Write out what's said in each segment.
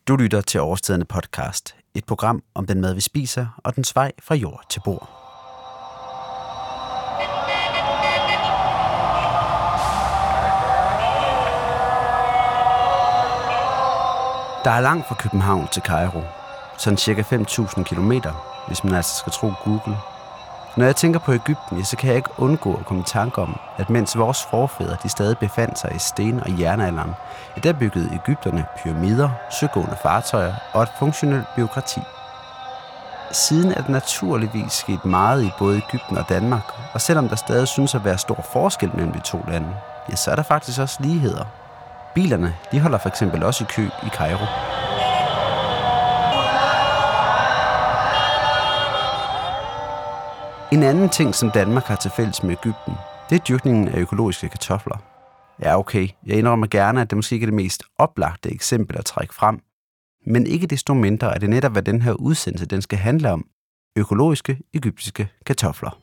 Du lytter til Årstiderne podcast, et program om den mad, vi spiser, og dens vej fra jord til bord. Der er langt fra København til Kairo, sådan cirka 5.000 kilometer, hvis man altså skal tro Google. Når jeg tænker på Egypten, så kan jeg ikke undgå at komme i tanke om, at mens vores forfædre de stadig befandt sig i sten- og jernalderen, der byggede Egypterne pyramider, søgående fartøjer og et funktionelt bureaukrati. Siden er det naturligvis sket meget i både Egypten og Danmark, og selvom der stadig synes at være stor forskel mellem de to lande, ja, så er der faktisk også ligheder. Bilerne, de holder for eksempel også i kø i Kairo. En anden ting, som Danmark har til fælles med Egypten, det er dyrkningen af økologiske kartofler. Ja, okay, jeg indrømmer gerne, at det måske ikke er det mest oplagte eksempel at trække frem. Men ikke desto mindre er det netop, hvad den her udsendelse den skal handle om. Økologiske egyptiske kartofler.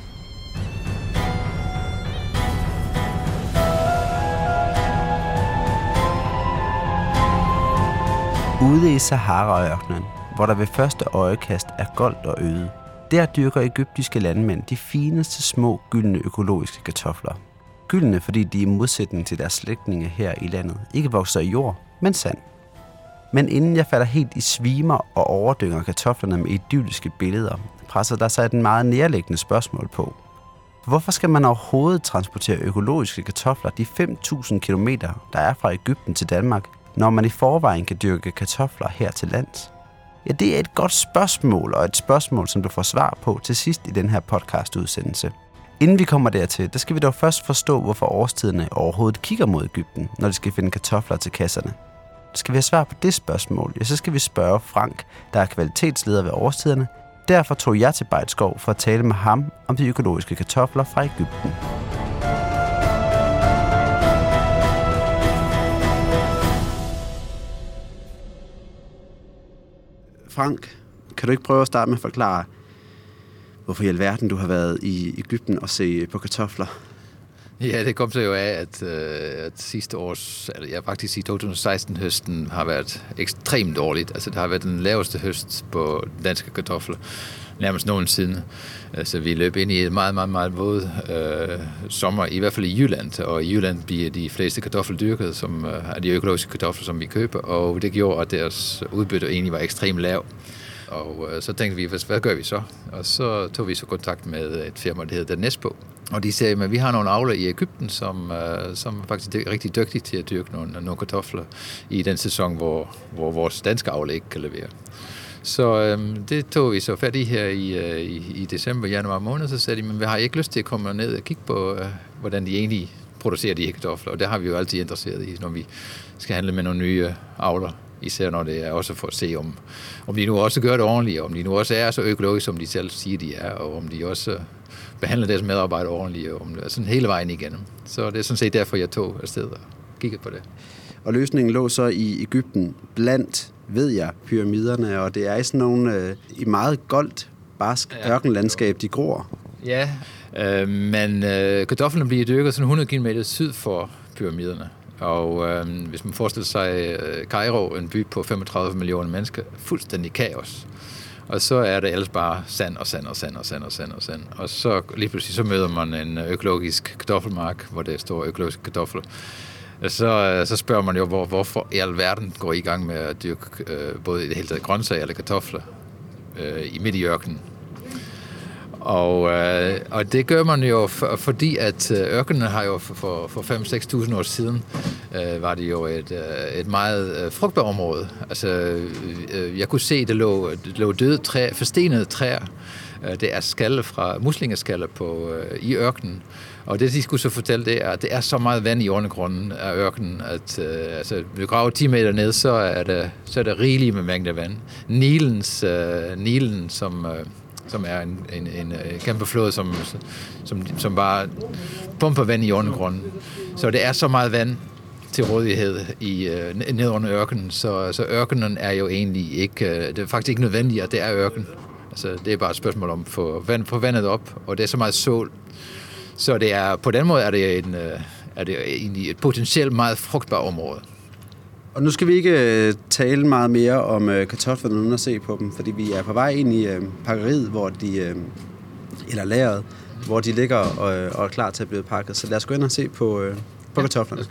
Ude i Sahara-ørkenen, hvor der ved første øjekast er goldt og øde, der dyrker egyptiske landmænd de fineste små gyldne økologiske kartofler. Gyldne, fordi de i modsætning til deres slægtninge her i landet ikke vokser i jord, men sand. Men inden jeg falder helt i svimer og overdynger kartoflerne med idylliske billeder, presser der sig et meget nærliggende spørgsmål på. Hvorfor skal man overhovedet transportere økologiske kartofler de 5.000 kilometer, der er fra Egypten til Danmark, når man i forvejen kan dyrke kartofler her til lands? Ja, det er et godt spørgsmål, og et spørgsmål, som du får svar på til sidst i den her podcastudsendelse. Inden vi kommer dertil, der skal vi dog først forstå, hvorfor årstiderne overhovedet kigger mod Egypten, når de skal finde kartofler til kasserne. Skal vi have svar på det spørgsmål, ja, så skal vi spørge Frank, der er kvalitetsleder ved årstiderne. Derfor tog jeg til Bejdskov for at tale med ham om de økologiske kartofler fra Egypten. Frank, kan du ikke prøve at starte med at forklare, hvorfor i alverden du har været i Egypten og se på kartofler? Ja, det kom så jo af, at sidste års, faktisk i 2016-høsten har været ekstremt dårligt. Altså, det har været den laveste høst på danske kartofler, nærmest nogensinde. Altså, vi løb ind i et meget, meget, meget våd sommer, i hvert fald i Jylland. Og i Jylland bliver de fleste kartofler dyrket, som er de økologiske kartofler, som vi køber. Og det gjorde, at deres udbytte egentlig var ekstremt lav. Og så tænkte vi, hvad gør vi så? Og så tog vi så kontakt med et firma, der hedder Nespo. Og de sagde, at vi har nogle avlere i Egypten, som faktisk er rigtig dygtige til at dyrke nogle kartofler i den sæson, hvor vores danske avler ikke kan levere. Så det tog vi så fat i her i december, januar måned. Så sagde de, men vi har ikke lyst til at komme ned og kigge på, hvordan de egentlig producerer de her kartofler. Og det har vi jo altid interesseret i, når vi skal handle med nogle nye avler. Især når det er også for at se, om de nu også gør det ordentligt, og om de nu også er så økologiske, som de selv siger, de er, og om de også behandler deres medarbejdere ordentligt, og om det er sådan hele vejen igennem. Så det er sådan set derfor, jeg tog afsted og kiggede på det. Og løsningen lå så i Egypten blandt, ved jeg, pyramiderne, og det er i sådan nogle i meget goldt, barsk ørkenlandskab, de gror. Ja, men kartoflerne bliver dyrket sådan 100 km syd for pyramiderne. Og hvis man forestiller sig Kairo, en by på 35 millioner mennesker, fuldstændig kaos. Og så er det ellers bare sand og sand og sand og sand og sand og sand. Og så lige pludselig så møder man en økologisk kartoffelmark, hvor der står økologiske kartofler. Så spørger man jo, hvorfor i alverden går I gang med at dyrke både i det hele taget grøntsager eller kartofler midt i ørkenen. Og det gør man jo, fordi at ørkenen har jo for 5-6.000 år siden, var det jo et meget frugtbart område. Altså, jeg kunne se, at det lå døde træer, forstenede træer. Det er skalle fra muslingeskaller i ørkenen. Og det, de skulle så fortælle, det er, at det er så meget vand i undergrunden af ørkenen, at hvis du graver 10 meter ned, så er der rigeligt med mængde vand. Nilen, som er en kæmpe flod, som bare pumper vand i undergrunden. Så det er så meget vand til rådighed ned under ørkenen, så ørkenen er jo egentlig ikke, det er faktisk ikke nødvendigt, at det er ørken. Altså, det er bare et spørgsmål om at få vandet op, og det er så meget sol. Så det er, på den måde er det egentlig et potentielt meget frugtbart område. Og nu skal vi ikke tale meget mere om kartoflerne uden at se på dem, fordi vi er på vej ind i pakkeriet, hvor de, eller lageret, hvor de ligger og er klar til at blive pakket. Så lad os gå ind og se på kartoflerne.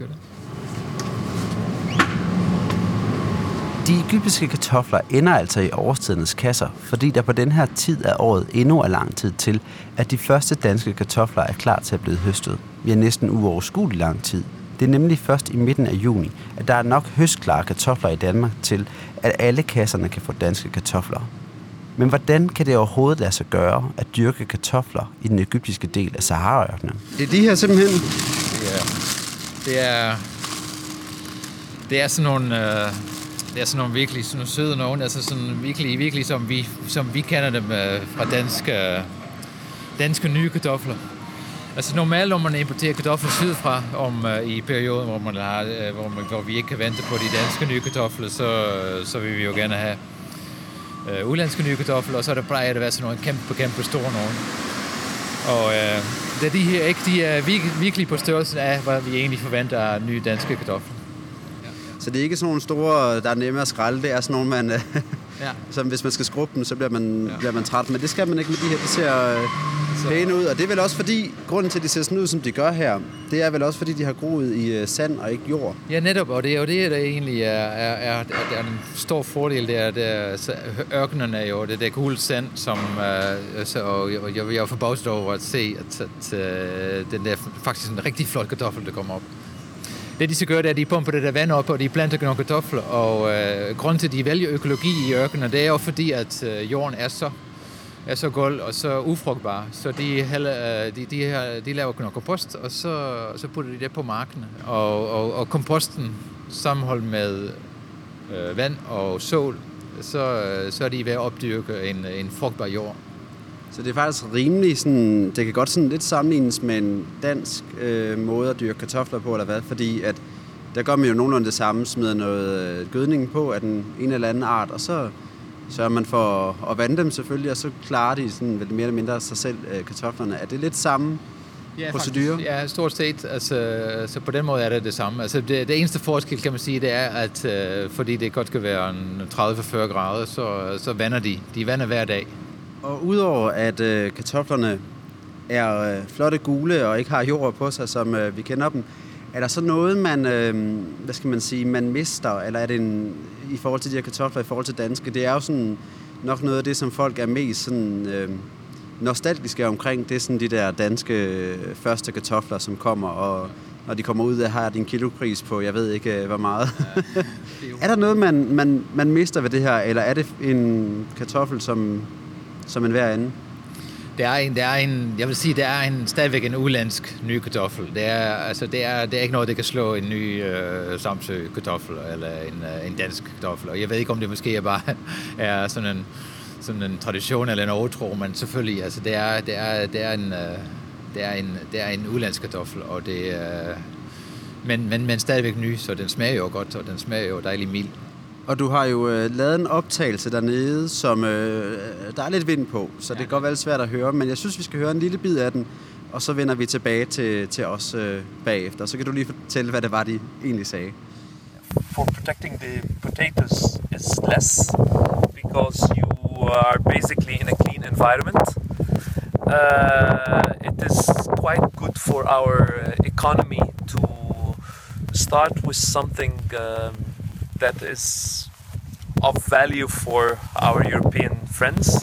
De egyptiske kartofler ender altså i årstidernes kasser, fordi der på den her tid af året endnu er lang tid til, at de første danske kartofler er klar til at blive høstet. Vi har næsten uoverskuelig lang tid. Det er nemlig først i midten af juni, at der er nok høstklare kartofler i Danmark til, at alle kasserne kan få danske kartofler. Men hvordan kan det overhovedet lade sig gøre at dyrke kartofler i den egyptiske del af Sahara-ørkenen? Det er de her simpelthen? Ja, det er sådan nogle... Det er sådan nogle virkelig sådan nogle søde nogen, altså sådan virkelig som vi kender dem fra danske nye kartofler. Altså normalt, når man importerer kartofler sydfra, i perioden, hvor vi ikke kan vente på de danske nye kartofler, så vil vi jo gerne have udlandske nye kartofler, og så plejer det at være sådan nogle kæmpe store nogen. Og de her ikke, de er virkelig på størrelsen af, hvad vi egentlig forventer af nye danske kartofler. Så det er ikke sådan nogle store, der er nemme at skralde. Det er sådan nogle, man, som hvis man skal skrubbe dem, så bliver man træt. Men det skal man ikke med de her. Det ser pæne ud. Og det er vel også fordi, grunden til, at de ser sådan ud, som de gør her, det er vel også fordi, de har groet i sand og ikke jord. Ja, netop. Og det er jo det, der egentlig er en stor fordel. Ørkenerne er jo det gule sand, som og jeg er forbavset over at se, at den der faktisk en rigtig flot kartoffel, der kommer op. Det de så gør, det er, at de pumper det der vand op, og de planter nogle kartofler. Og grunden til, at de vælger økologi i ørkenen, det er jo fordi, at jorden er så gold og så ufrugtbar. Så de laver noget kompost, og så putter de det på marken. Og komposten sammenholdt med vand og sol, så er de ved at opdyrke en frugtbar jord. Så det er faktisk rimelig sådan, det kan godt sådan lidt sammenlignes med en dansk måde at dyrke kartofler på, eller hvad, fordi at der gør man jo nogenlunde det samme, smider noget gødning på af den ene eller anden art, og så sørger man for at vande dem selvfølgelig, og så klarer de sådan vel mere eller mindre sig selv kartoflerne. Er det lidt samme procedure? Faktisk, ja, stort set. Altså, så på den måde er det samme. Altså, det eneste forskel, kan man sige, det er, at fordi det godt skal være 30-40 grader, så vander de. De vander hver dag. Og udover at kartoflerne er flotte gule og ikke har jord på sig, som vi kender dem, er der så noget, man mister, eller er det i forhold til de her kartofler, i forhold til danske? Det er jo sådan nok noget af det, som folk er mest sådan, nostalgiske omkring. Det er sådan de der danske første kartofler, som kommer, og når de kommer ud af, har din kilopris på, jeg ved ikke hvor meget. Er der noget, man mister ved det her, eller er det en kartoffel, som en hver anden? Jeg vil sige, det er stadigvæk en udlandsk ny kartoffel. Det er ikke noget, der kan slå en ny Samsø kartoffel eller en dansk kartoffel. Og jeg ved ikke, om det måske er sådan en tradition eller en overtro, men selvfølgelig, altså det er en udlandsk kartoffel, og det men stadigvæk ny, så den smager jo godt, og den smager jo dejlig mild. Og du har jo lavet en optagelse dernede, som der er lidt vind på, så det kan godt være svært at høre, men jeg synes, vi skal høre en lille bid af den, og så vender vi tilbage til os bagefter. Så kan du lige fortælle, hvad det var, de egentlig sagde. For protecting the potatoes is less, because you are basically in a clean environment. It is quite good for our economy to start with something that is of value for our European friends.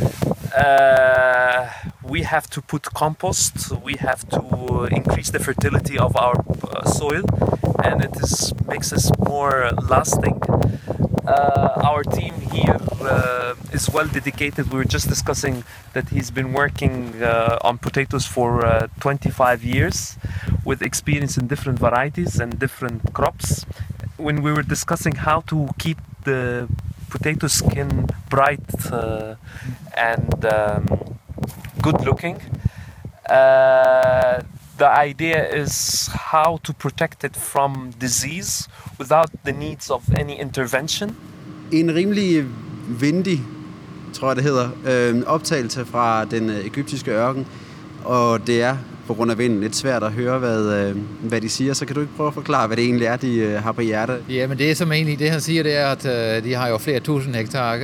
We have to put compost, we have to increase the fertility of our soil, and it makes us more lasting. Our team here is well dedicated. We were just discussing that he's been working on potatoes for 25 years with experience in different varieties and different crops. When we were discussing how to keep the potato skin bright and good looking, the idea is how to protect it from disease without the needs of any intervention. En rimelig vindig, tror jeg det hedder, optagelse fra den egyptiske ørken, og det er på grund af vinden lidt svært at høre, hvad de siger. Så kan du ikke prøve at forklare, hvad det egentlig er, de har på hjertet? Ja, men det som egentlig det han siger, det er, at de har jo flere tusind hektar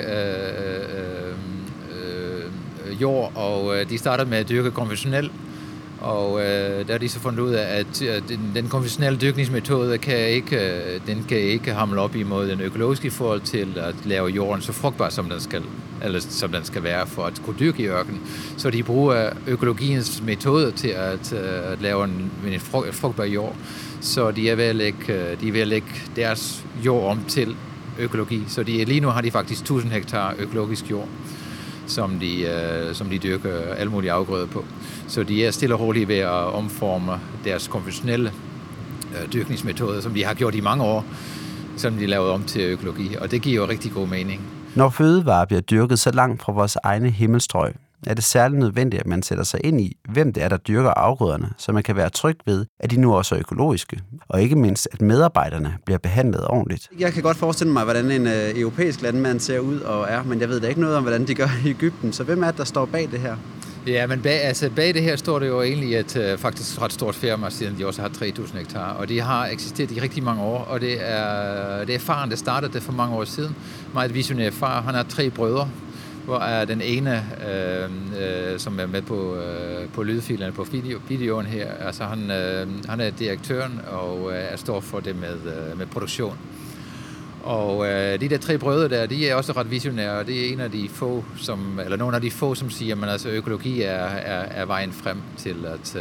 jord, og de startede med at dyrke konventionelt. Og der har de så fundet ud af, at den konventionelle dyrkningsmetode kan ikke hamle op imod den økologiske forhold til at lave jorden så frugtbar, som den skal være for at kunne dyrke i ørkenen. Så de bruger økologiens metode til at lave en frugtbar jord. Så de er ved at lægge deres jord om til økologi. Så lige nu har de faktisk 1000 hektar økologisk jord, som de dyrker alle mulige afgrøder på. Så de er stille og roligt ved at omforme deres konventionelle dyrkningsmetoder, som de har gjort i mange år, som de lavet om til økologi. Og det giver jo rigtig god mening. Når fødevarer bliver dyrket så langt fra vores egne himmelstrøg, er det særligt nødvendigt, at man sætter sig ind i, hvem det er, der dyrker afgrøderne, så man kan være tryg ved, at de nu også er økologiske, og ikke mindst, at medarbejderne bliver behandlet ordentligt. Jeg kan godt forestille mig, hvordan en europæisk landmand ser ud og er, men jeg ved da ikke noget om, hvordan de gør i Egypten. Så hvem er det, der står bag det her? Ja, men bag det her står det jo egentlig et faktisk ret stort firma, siden de også har 3.000 hektar, og de har eksisteret i rigtig mange år, og det er faren, der startede det for mange år siden. Meget visionær far, han har 3 brødre, hvor er den ene, som er med på lydfilerne på videoen her, altså han er direktøren og står for det med produktion. Og de der 3 brødre der, de er også ret visionære, og det er nogle af de få, som siger, at altså, økologi er vejen frem til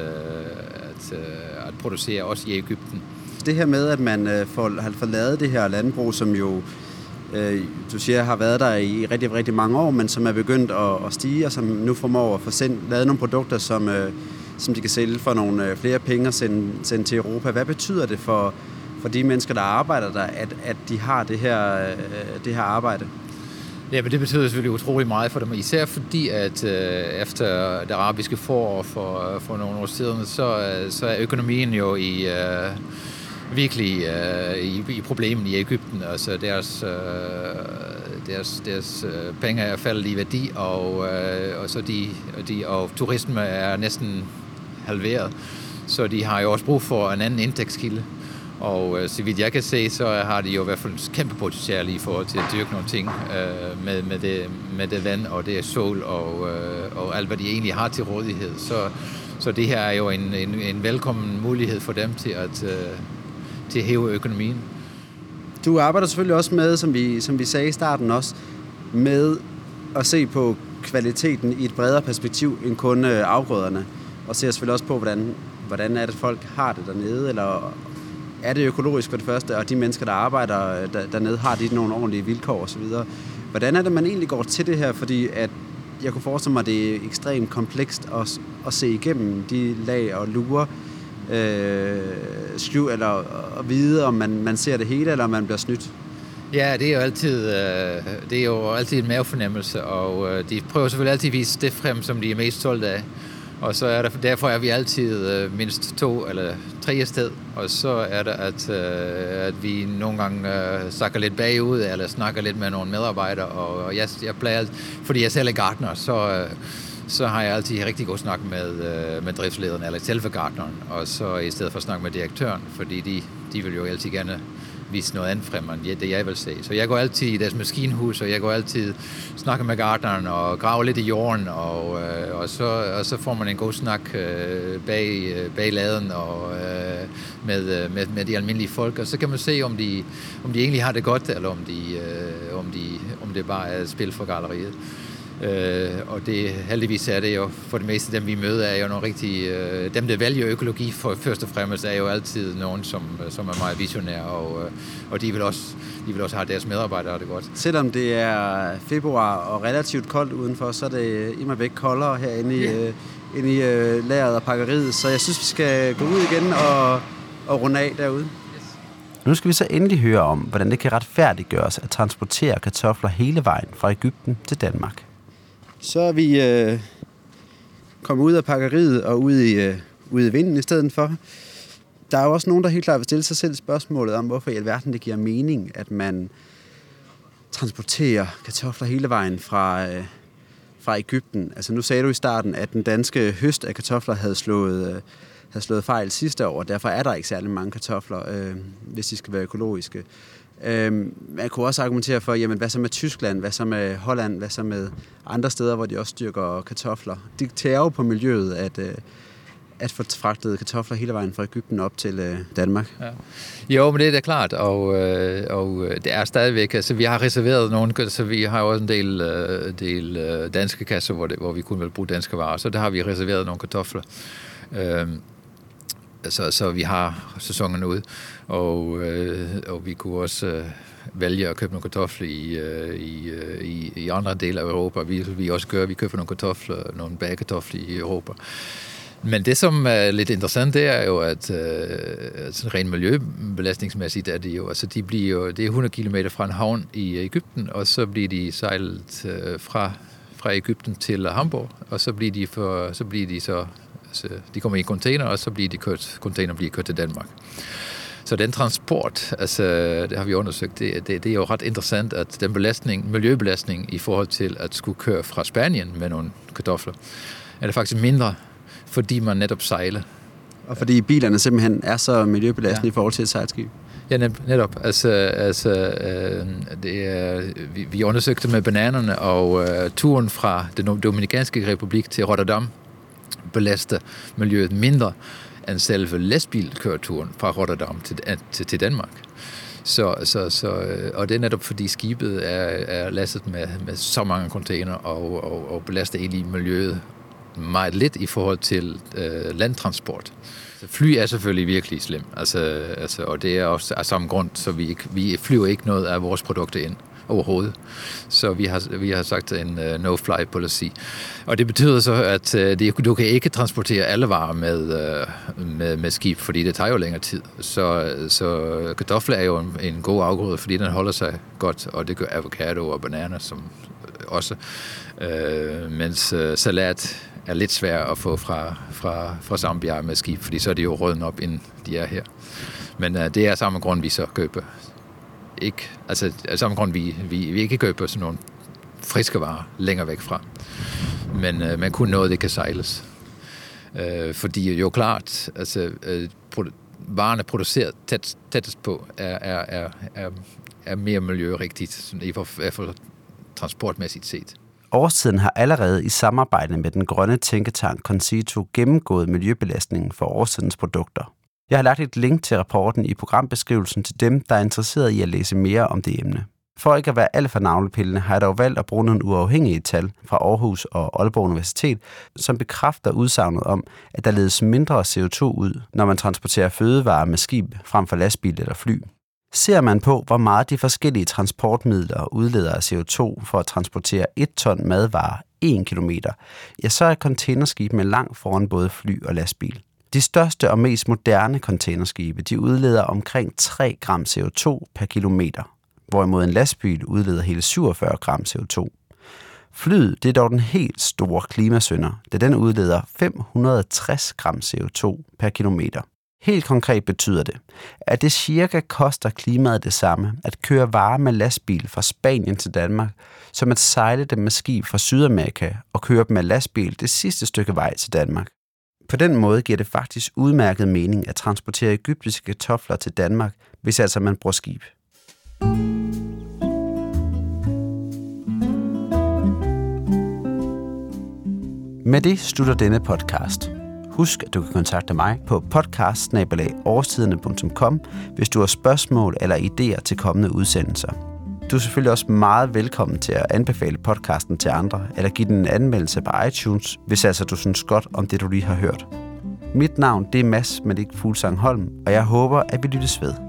at producere også i Egypten. Det her med, at man har lavet det her landbrug, som jo du siger, har været der i rigtig, rigtig mange år, men som er begyndt at stige, og som nu formår at få lavet nogle produkter, som de kan sælge for nogle flere penge og sende til Europa. Hvad betyder det for de mennesker, der arbejder der, at de har det her arbejde? Ja, men det betyder selvfølgelig utrolig meget for dem, især fordi, at efter det arabiske forår for nogle år siden, så er økonomien jo virkelig i problemen i Egypten. Altså deres penge er faldet i værdi, og turisme er næsten halveret. Så de har jo også brug for en anden indtægtskilde. Og så vidt jeg kan se, så har de jo i hvert fald et kæmpe potentiale i forhold til at dyrke nogle ting med det vand og det sol og alt, hvad de egentlig har til rådighed. Så det her er jo en velkommen mulighed for dem til at hæve økonomien. Du arbejder selvfølgelig også med, som vi sagde i starten også, med at se på kvaliteten i et bredere perspektiv end kun afgrøderne. Og ser selvfølgelig også på, hvordan er det, folk har det dernede, eller er det økologisk for det første, og de mennesker, der arbejder dernede, har de nogle ordentlige vilkår osv. Hvordan er det, man egentlig går til det her? Fordi at jeg kunne forestille mig, at det er ekstremt komplekst at se igennem de lag og lure, eller at vide, om man ser det hele, eller om man bliver snydt. Ja, det er jo altid en mavefornemmelse, og de prøver selvfølgelig altid at vise det frem, som de er mest stolte af. Og så derfor er vi altid mindst 2 eller 3 sted, og så er det, at vi nogle gange sakker lidt bagud, eller snakker lidt med nogle medarbejdere, og jeg plejer, fordi jeg selv er gartner, så har jeg altid rigtig god snak med driftslederen, eller selve gartneren, og så i stedet for at snakke med direktøren, fordi de vil jo altid gerne vise noget andet frem, end det jeg vil se. Så jeg går altid i deres maskinhus, og jeg går altid snakker med gartneren og graver lidt i jorden, og så får man en god snak bag laden og med de almindelige folk, og så kan man se, om de egentlig har det godt, eller om det bare er et spil for galleriet. Og det heldigvis er det jo for det meste dem vi møder er jo nogle rigtig dem der vælger økologi for først og fremmest er jo altid nogen som er meget visionære og de vil også have deres medarbejdere det godt. Selvom det er februar og relativt koldt udenfor, så er det immervæk koldere herinde inde i lageret og pakkeriet, så jeg synes vi skal gå ud igen og runde af derude. Nu skal vi så endelig høre om, hvordan det kan retfærdiggøres at transportere kartofler hele vejen fra Egypten til Danmark. Så er vi kommet ud af pakkeriet og ud i vinden i stedet for. Der er jo også nogen, der helt klart vil stille sig selv spørgsmålet om, hvorfor i alverden det giver mening, at man transporterer kartofler hele vejen fra fra Egypten. Altså nu sagde du i starten, at den danske høst af kartofler havde slået fejl sidste år, og derfor er der ikke særlig mange kartofler, hvis de skal være økologiske. Man kunne også argumentere for, jamen, hvad så med Tyskland, hvad så med Holland, hvad så med andre steder, hvor de også dyrker kartofler. Det tærer jo på miljøet, at få fragtet kartofler hele vejen fra Egypten op til Danmark. Ja. Jo, men det er da klart, og det er stadigvæk, altså vi har reserveret nogle, så vi har jo også en del danske kasser, hvor vi kun vil bruge danske varer, så der har vi reserveret nogle kartofler. Så vi har sæsonen ude, og vi kunne også vælge at købe nogle kartofler i andre dele af Europa. Vi også gør, vi køber nogle kartofler, nogle bagekartofler i Europa. Men det, som er lidt interessant, det er jo, at rent miljøbelastningsmæssigt er det jo, altså det er 100 kilometer fra en havn i Egypten, og så bliver de sejlet fra Egypten til Hamburg, og så bliver de de kommer i container, og så bliver container kørt til Danmark. Så den transport, altså det har vi undersøgt, det er jo ret interessant, at den miljøbelastning i forhold til at skulle køre fra Spanien med nogle kartofler, er det faktisk mindre, fordi man netop sejler. Og fordi bilerne simpelthen er så miljøbelastende i forhold til et sejlskib? Ja, netop. Vi undersøgte med bananerne, og turen fra den Dominikanske Republik til Rotterdam belaster miljøet mindre end selve lastbilkøreturen fra Rotterdam til Danmark. Og det er netop fordi skibet er lastet med så mange container og belaster egentlig miljøet meget lidt i forhold til landtransport. Fly er selvfølgelig virkelig slem, og det er også af samme grund, så vi flyver ikke noget af vores produkter ind overhovedet. Så vi har sagt en no-fly policy. Og det betyder så, at du kan ikke transportere alle varer med skib, fordi det tager jo længere tid. Så kartofler er jo en god afgrøde, fordi den holder sig godt, og det gør avocado og bananer som også. Mens salat er lidt svær at få fra Zambia med skib, fordi så er de jo rødden op, inden de er her. Men det er samme grund, vi så køber. Samme grund, vi ikke køber sådan nogle friske varer længere væk fra. Men kun noget, det kan sejles. Fordi jo klart, varerne produceret tættest på er mere miljørigtigt i hvert fald transportmæssigt set. Årstiden har allerede i samarbejde med den grønne tænketank Concito gennemgået miljøbelastningen for årstidens produkter. Jeg har lagt et link til rapporten i programbeskrivelsen til dem, der er interesseret i at læse mere om det emne. For ikke at være alt for navlepillende, har jeg dog valgt at bruge nogle uafhængige tal fra Aarhus og Aalborg Universitet, som bekræfter udsagnet om, at der ledes mindre CO2 ud, når man transporterer fødevarer med skib frem for lastbil eller fly. Ser man på, hvor meget de forskellige transportmidler udleder af CO2 for at transportere 1 ton madvarer 1 kilometer, ja, så er containerskibene langt foran både fly og lastbil. De største og mest moderne containerskibe, de udleder omkring 3 gram CO2 per kilometer, hvorimod en lastbil udleder hele 47 gram CO2. Flyet, det er dog den helt store klimasynder, da den udleder 560 gram CO2 per kilometer. Helt konkret betyder det, at det cirka koster klimaet det samme at køre varer med lastbil fra Spanien til Danmark, som at sejle dem med skib fra Sydamerika og køre dem med lastbil det sidste stykke vej til Danmark. På den måde giver det faktisk udmærket mening at transportere egyptiske kartofler til Danmark, hvis altså man bruger skib. Med det slutter denne podcast. Husk, at du kan kontakte mig på podcast@årstiderne.com, hvis du har spørgsmål eller idéer til kommende udsendelser. Du er selvfølgelig også meget velkommen til at anbefale podcasten til andre, eller give den en anmeldelse på iTunes, hvis altså du synes godt om det, du lige har hørt. Mit navn det er Mads Malik Fuglsang Holm, og jeg håber, at vi lyttes ved.